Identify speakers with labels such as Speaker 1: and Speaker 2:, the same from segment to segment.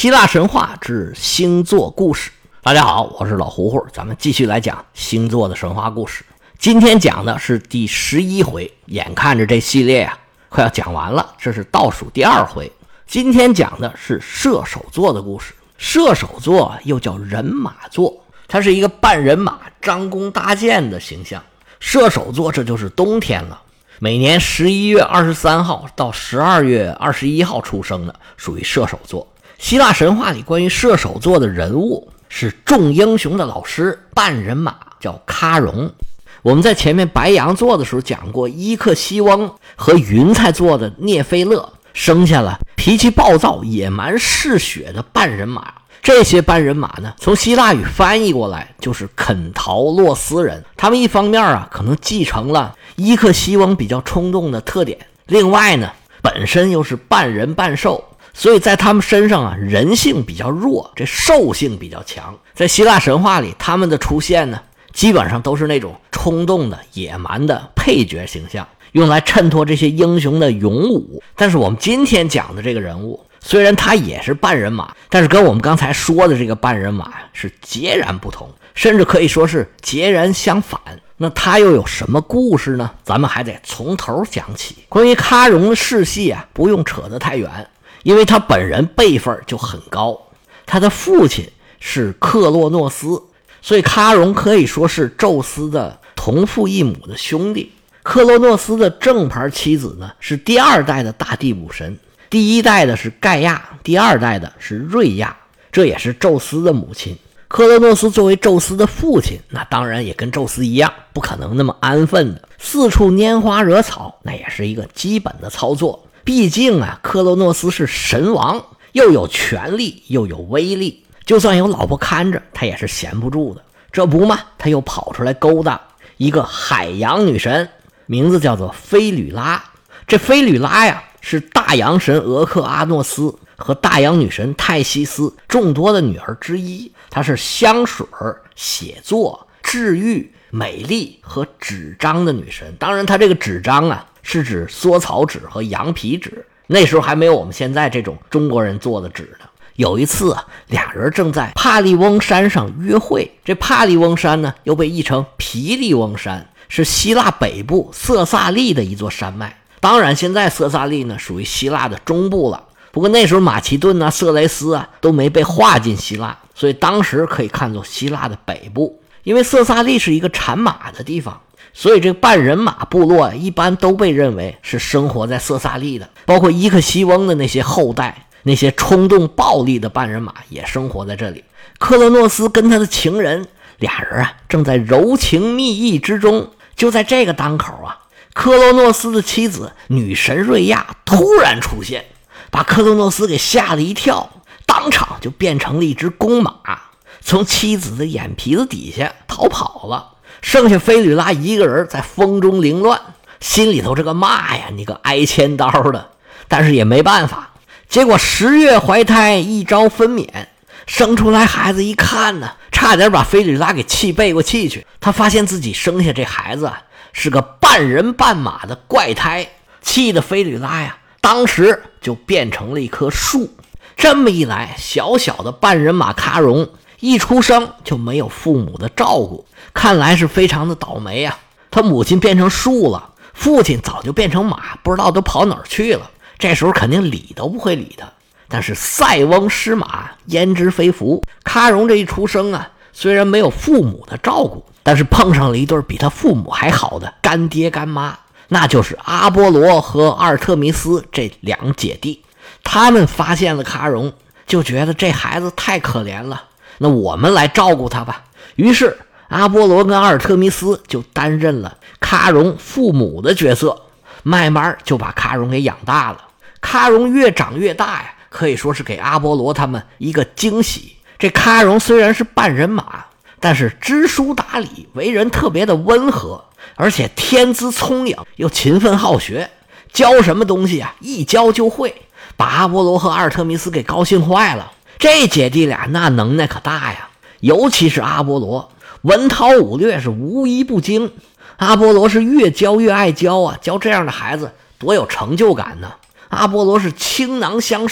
Speaker 1: 希腊神话之星座故事。大家好，我是老胡胡，咱们继续来讲星座的神话故事。今天讲的是第11回，眼看着这系列快要讲完了，这是倒数第2回。今天讲的是射手座的故事。射手座又叫人马座，它是一个半人马张弓搭箭的形象。射手座这就是冬天了，每年11月23号到12月21号出生的属于射手座。希腊神话里关于射手座的人物是众英雄的老师，半人马叫喀戎。我们在前面白羊座的时候讲过，伊克西翁和云彩座的涅菲勒生下了脾气暴躁、野蛮嗜血的半人马。这些半人马呢，从希腊语翻译过来就是肯陶洛斯人。他们一方面可能继承了伊克西翁比较冲动的特点，另外呢，本身又是半人半兽，所以在他们身上人性比较弱，这兽性比较强。在希腊神话里，他们的出现呢，基本上都是那种冲动的、野蛮的配角形象，用来衬托这些英雄的勇武。但是我们今天讲的这个人物，虽然他也是半人马，但是跟我们刚才说的这个半人马是截然不同，甚至可以说是截然相反。那他又有什么故事呢？咱们还得从头讲起。关于喀戎的世系不用扯得太远，因为他本人辈分就很高，他的父亲是克洛诺斯，所以喀戎可以说是宙斯的同父异母的兄弟。克洛诺斯的正牌妻子呢，是第2代的大地母神，第1代的是盖亚，第2代的是瑞亚，这也是宙斯的母亲。克洛诺斯作为宙斯的父亲，那当然也跟宙斯一样，不可能那么安分的四处拈花惹草，那也是一个基本的操作。毕竟克洛诺斯是神王，又有权力又有威力，就算有老婆看着，他也是闲不住的。这不嘛，他又跑出来勾搭一个海洋女神，名字叫做菲吕拉。这菲吕拉是大洋神俄克阿诺斯和大洋女神泰西斯众多的女儿之一。她是香水、写作、治愈、美丽和纸张的女神。当然她这个纸张是指缩草纸和羊皮纸，那时候还没有我们现在这种中国人做的纸呢。有一次俩人正在帕利翁山上约会，这帕利翁山呢又被译成皮利翁山，是希腊北部色萨利的一座山脉。当然现在色萨利呢属于希腊的中部了，不过那时候马其顿色雷斯都没被划进希腊，所以当时可以看作希腊的北部。因为色萨利是一个产马的地方，所以这个半人马部落一般都被认为是生活在色萨利的，包括伊克西翁的那些后代，那些冲动暴力的半人马也生活在这里。克洛诺斯跟他的情人俩人正在柔情蜜意之中。就在这个当口克洛诺斯的妻子女神瑞亚突然出现，把克洛诺斯给吓了一跳，当场就变成了一只公马，从妻子的眼皮子底下逃跑了。剩下菲吕拉一个人在风中凌乱，心里头这个骂呀，你个挨千刀的，但是也没办法。结果10月怀胎，一朝分娩，生出来孩子一看呢，差点把菲吕拉给气背过气去。他发现自己生下这孩子是个半人半马的怪胎，气得菲吕拉当时就变成了一棵树。这么一来，小小的半人马喀戎一出生就没有父母的照顾，看来是非常的倒霉他母亲变成树了，父亲早就变成马，不知道都跑哪儿去了。这时候肯定理都不会理他。但是塞翁失马焉知非福，喀戎这一出生虽然没有父母的照顾，但是碰上了一对比他父母还好的干爹干妈，那就是阿波罗和阿尔特弥斯这2姐弟。他们发现了喀戎，就觉得这孩子太可怜了，那我们来照顾他吧。于是阿波罗跟阿尔特弥斯就担任了喀戎父母的角色，慢慢就把喀戎给养大了。喀戎越长越大可以说是给阿波罗他们一个惊喜。这喀戎虽然是半人马，但是知书达理，为人特别的温和，而且天资聪颖，又勤奋好学，教什么东西一教就会，把阿波罗和阿尔特弥斯给高兴坏了。这姐弟俩那能耐可大尤其是阿波罗，文韬武略是无一不精。阿波罗是越教越爱教教这样的孩子多有成就感呢。阿波罗是倾囊相授，把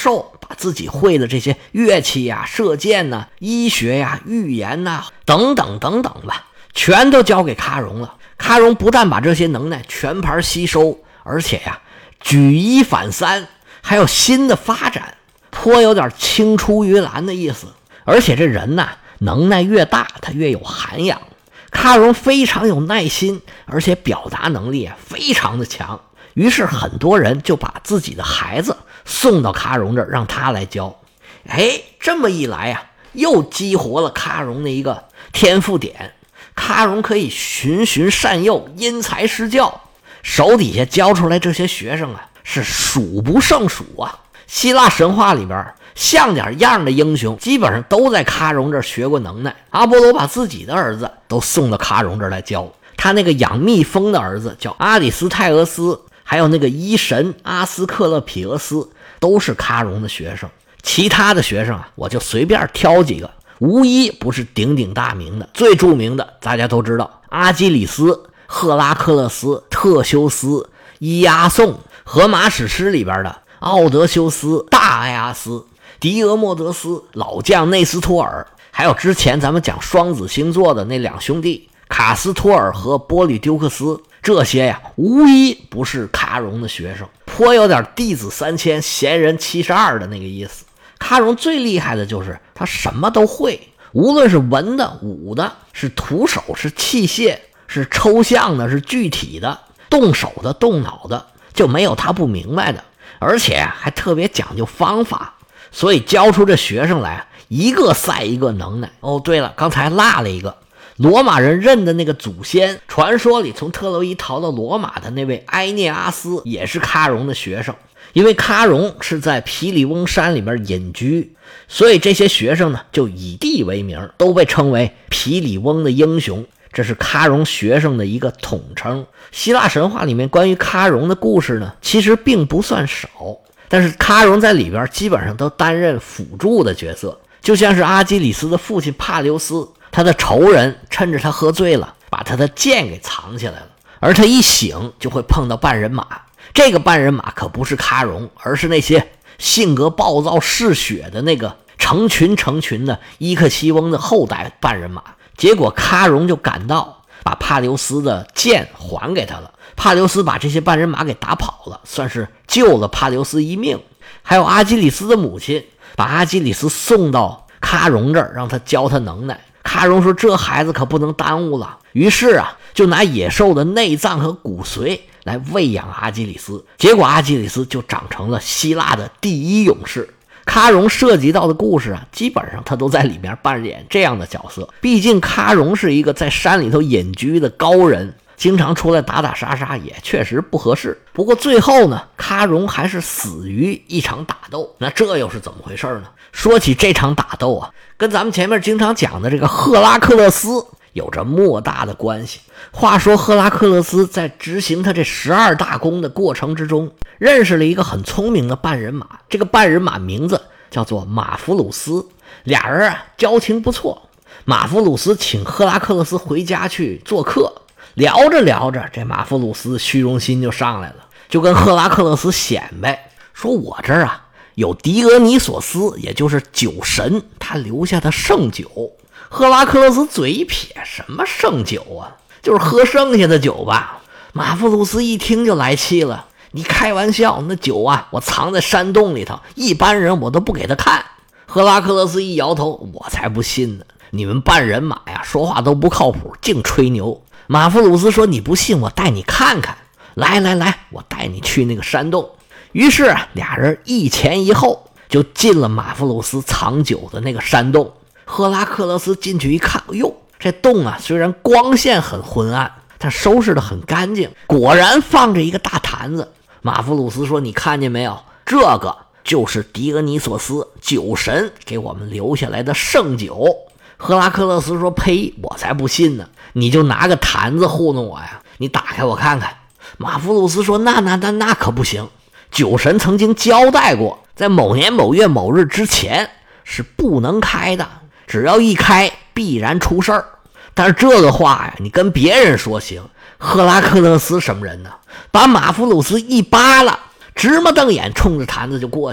Speaker 1: 自己会的这些乐器呀、射箭呐、医学呀、预言呐等等等等吧，全都交给喀戎了。喀戎不但把这些能耐全盘吸收，而且呀举一反三，还有新的发展，颇有点青出于蓝的意思。而且这人呐，能耐越大，他越有涵养。喀戎非常有耐心，而且表达能力非常的强。于是很多人就把自己的孩子送到喀戎这儿，让他来教。这么一来啊，又激活了喀戎的一个天赋点。喀戎可以循循善诱，因材施教，手底下教出来这些学生啊，是数不胜数啊。希腊神话里边像点样的英雄基本上都在喀戎这儿学过能耐。阿波罗把自己的儿子都送到喀戎这儿来教，他那个养蜜蜂的儿子叫阿里斯泰俄斯，还有那个医神阿斯克勒匹俄斯，都是喀戎的学生。其他的学生啊，我就随便挑几个，无一不是鼎鼎大名的。最著名的大家都知道，阿基里斯、赫拉克勒斯、特修斯、伊阿宋，荷马史诗里边的奥德修斯、大埃阿斯、狄俄莫德斯、老将内斯托尔，还有之前咱们讲双子星座的那两兄弟卡斯托尔和波吕丢克斯，这些呀无一不是喀戎的学生，颇有点弟子3000贤人72的那个意思。喀戎最厉害的就是他什么都会，无论是文的、武的，是徒手、是器械、是抽象的、是具体的，动手的、动脑的，就没有他不明白的。而且还特别讲究方法，所以教出这学生来一个赛一个能耐。对了，刚才落了一个，罗马人认的那个祖先，传说里从特洛伊逃到罗马的那位埃涅阿斯也是喀戎的学生。因为喀戎是在皮里翁山里边隐居，所以这些学生呢就以地为名，都被称为皮里翁的英雄，这是喀戎学生的一个统称。希腊神话里面关于喀戎的故事呢，其实并不算少，但是喀戎在里边基本上都担任辅助的角色，就像是阿基里斯的父亲帕留斯，他的仇人趁着他喝醉了，把他的剑给藏起来了，而他一醒就会碰到半人马。这个半人马可不是喀戎，而是那些性格暴躁嗜血的那个成群成群的伊克西翁的后代半人马。结果喀戎就赶到，把帕留斯的剑还给他了。帕留斯把这些半人马给打跑了，算是救了帕留斯一命。还有阿基里斯的母亲把阿基里斯送到喀戎这儿，让他教他能耐。喀戎说这孩子可不能耽误了，于是啊就拿野兽的内脏和骨髓来喂养阿基里斯，结果阿基里斯就长成了希腊的第一勇士。喀戎涉及到的故事啊，基本上他都在里面扮演这样的角色。毕竟喀戎是一个在山里头隐居的高人，经常出来打打杀杀也确实不合适。不过最后呢，喀戎还是死于一场打斗。那这又是怎么回事呢？说起这场打斗啊，跟咱们前面经常讲的这个赫拉克勒斯有着莫大的关系。话说赫拉克勒斯在执行他这12大功的过程之中，认识了一个很聪明的半人马，这个半人马名字叫做马弗鲁斯。俩人啊交情不错，马弗鲁斯请赫拉克勒斯回家去做客，聊着聊着，这马弗鲁斯虚荣心就上来了，就跟赫拉克勒斯显摆说，我这儿啊有狄俄尼索斯，也就是酒神他留下的圣酒。赫拉克勒斯嘴一撇，什么圣酒啊，就是喝剩下的酒吧。马弗鲁斯一听就来气了，你开玩笑，那酒啊我藏在山洞里头，一般人我都不给他看。赫拉克勒斯一摇头，我才不信呢，你们半人马呀说话都不靠谱，净吹牛。马弗鲁斯说，你不信我带你看看，来来来，我带你去那个山洞。于是俩人一前一后就进了马弗鲁斯藏酒的那个山洞。赫拉克勒斯进去一看，哟，这洞啊虽然光线很昏暗，但收拾得很干净，果然放着一个大坛子。马弗鲁斯说，你看见没有，这个就是狄俄尼索斯酒神给我们留下来的圣酒。赫拉克勒斯说，呸，我才不信呢，你就拿个坛子糊弄我呀，你打开我看看。马弗鲁斯说，那可不行，酒神曾经交代过，在某年某月某日之前是不能开的，只要一开必然出事儿。但是这个话呀，你跟别人说行。赫拉克勒斯什么人呢？把马弗鲁斯一扒拉，直目瞪眼冲着坛子就过去了。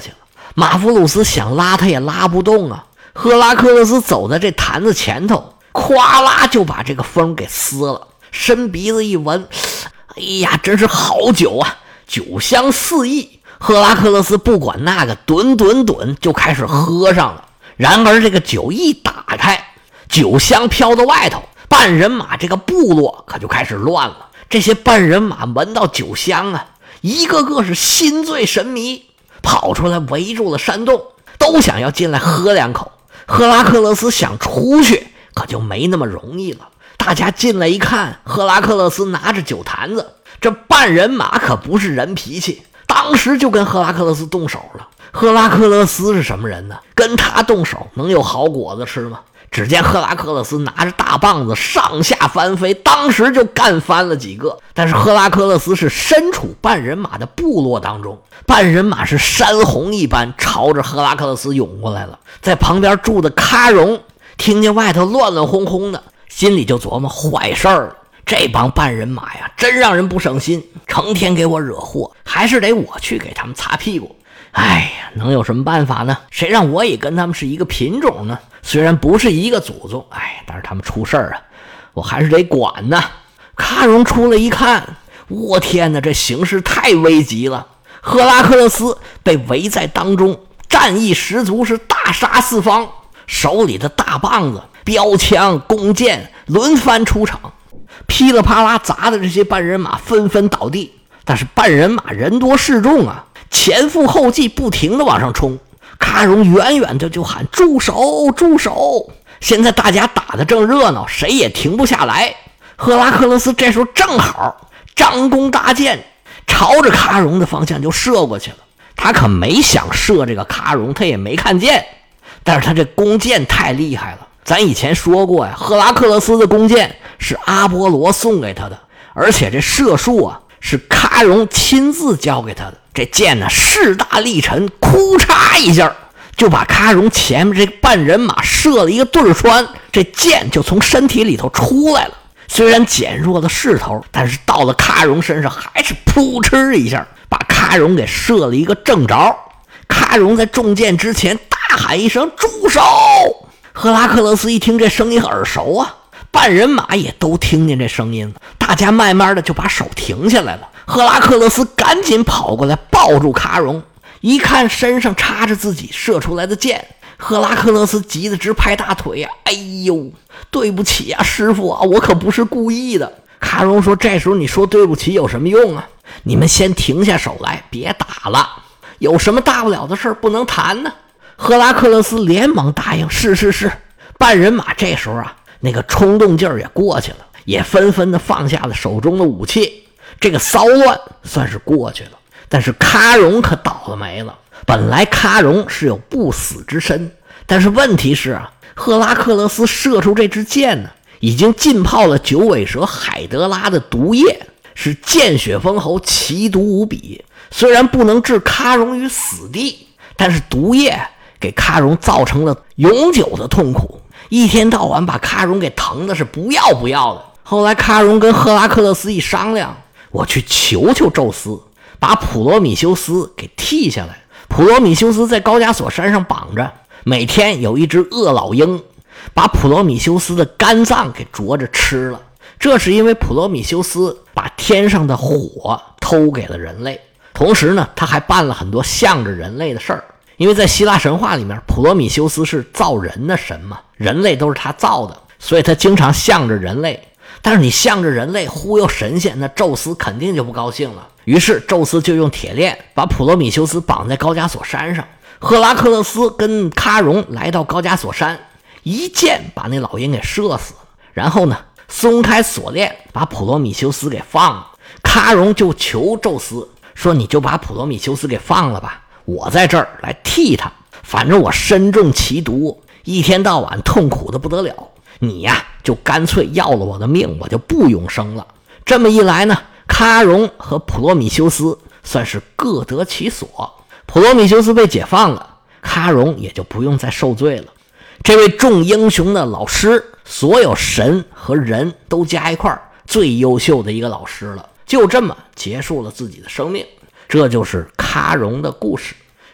Speaker 1: 马弗鲁斯想拉他也拉不动啊。赫拉克勒斯走在这坛子前头，咵啦就把这个风给撕了，伸鼻子一闻，哎呀，真是好酒啊，酒香四溢。赫拉克勒斯不管那个，吨就开始喝上了。然而这个酒一打开，酒香飘到外头，半人马这个部落可就开始乱了。这些半人马闻到酒香啊，一个个是心醉神迷，跑出来围住了山洞，都想要进来喝两口。赫拉克勒斯想出去，可就没那么容易了。大家进来一看，赫拉克勒斯拿着酒坛子，这半人马可不是人脾气，当时就跟赫拉克勒斯动手了。赫拉克勒斯是什么人呢？跟他动手能有好果子吃吗？只见赫拉克勒斯拿着大棒子上下翻飞，当时就干翻了几个。但是赫拉克勒斯是身处半人马的部落当中，半人马是山洪一般朝着赫拉克勒斯涌过来了。在旁边住的喀戎听见外头乱乱哄哄的，心里就琢磨坏事了。这帮半人马呀，真让人不省心，成天给我惹祸，还是得我去给他们擦屁股。哎呀，能有什么办法呢？谁让我也跟他们是一个品种呢？虽然不是一个祖宗，但是他们出事儿啊，我还是得管呢。喀戎出来一看，我天哪，这形势太危急了！赫拉克勒斯被围在当中，战意十足，是大杀四方，手里的大棒子、标枪、弓箭轮番出场，噼里啪啦砸的这些半人马纷纷倒地。但是半人马人多势众啊，前赴后继，不停的往上冲。喀戎远远的就喊住手住手！现在大家打得正热闹，谁也停不下来。赫拉克勒斯这时候正好张弓搭箭，朝着喀戎的方向就射过去了。他可没想射这个喀戎，他也没看见，但是他这弓箭太厉害了。咱以前说过呀，赫拉克勒斯的弓箭是阿波罗送给他的，而且这射术啊是喀戎亲自教给他的。这箭呢势大力沉，哭嚓一下就把喀戎前面这半人马射了一个对穿，这箭就从身体里头出来了。虽然减弱了势头，但是到了喀戎身上还是扑哧一下把喀戎给射了一个正着。喀戎在中箭之前大喊一声住手！赫拉克勒斯一听这声音耳熟啊，半人马也都听见这声音了，大家慢慢的就把手停下来了。赫拉克勒斯赶紧跑过来抱住喀戎，一看身上插着自己射出来的箭，赫拉克勒斯急得直拍大腿呀！哎呦，对不起啊，师傅啊，我可不是故意的。喀戎说：“这时候你说对不起有什么用啊？你们先停下手来，别打了，有什么大不了的事不能谈呢？”赫拉克勒斯连忙答应：“是。”半人马这时候啊，那个冲动劲儿也过去了，也纷纷的放下了手中的武器。这个骚乱算是过去了，但是喀戎可倒了霉了。本来喀戎是有不死之身，但是问题是啊，赫拉克勒斯射出这支箭呢，已经浸泡了九尾蛇海德拉的毒液，是见血封喉，奇毒无比。虽然不能置喀戎于死地，但是毒液给喀戎造成了永久的痛苦，一天到晚把喀戎给疼的是不要不要的。后来喀戎跟赫拉克勒斯一商量，我去求求宙斯，把普罗米修斯给替下来。普罗米修斯在高加索山上绑着，每天有一只恶老鹰把普罗米修斯的肝脏给啄着吃了。这是因为普罗米修斯把天上的火偷给了人类，同时呢他还办了很多向着人类的事儿。因为在希腊神话里面，普罗米修斯是造人的神嘛，人类都是他造的，所以他经常向着人类。但是你向着人类忽悠神仙，那宙斯肯定就不高兴了。于是宙斯就用铁链把普罗米修斯绑在高加索山上。赫拉克勒斯跟喀戎来到高加索山，一箭把那老鹰给射死了，然后呢松开锁链，把普罗米修斯给放了。喀戎就求宙斯说：“你就把普罗米修斯给放了吧，我在这儿来替他，反正我身中奇毒，一天到晚痛苦的不得了。你呀，就干脆要了我的命，我就不永生了。”这么一来呢，喀戎和普罗米修斯算是各得其所。普罗米修斯被解放了，喀戎也就不用再受罪了。这位众英雄的老师，所有神和人都加一块儿，最优秀的一个老师了，就这么结束了自己的生命。这就是喀戎的故事。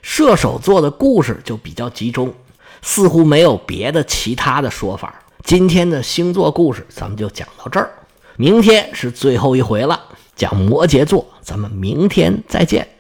Speaker 1: 射手座的故事就比较集中，似乎没有别的其他的说法。今天的星座故事咱们就讲到这儿，明天是最后一回了，讲摩羯座，咱们明天再见。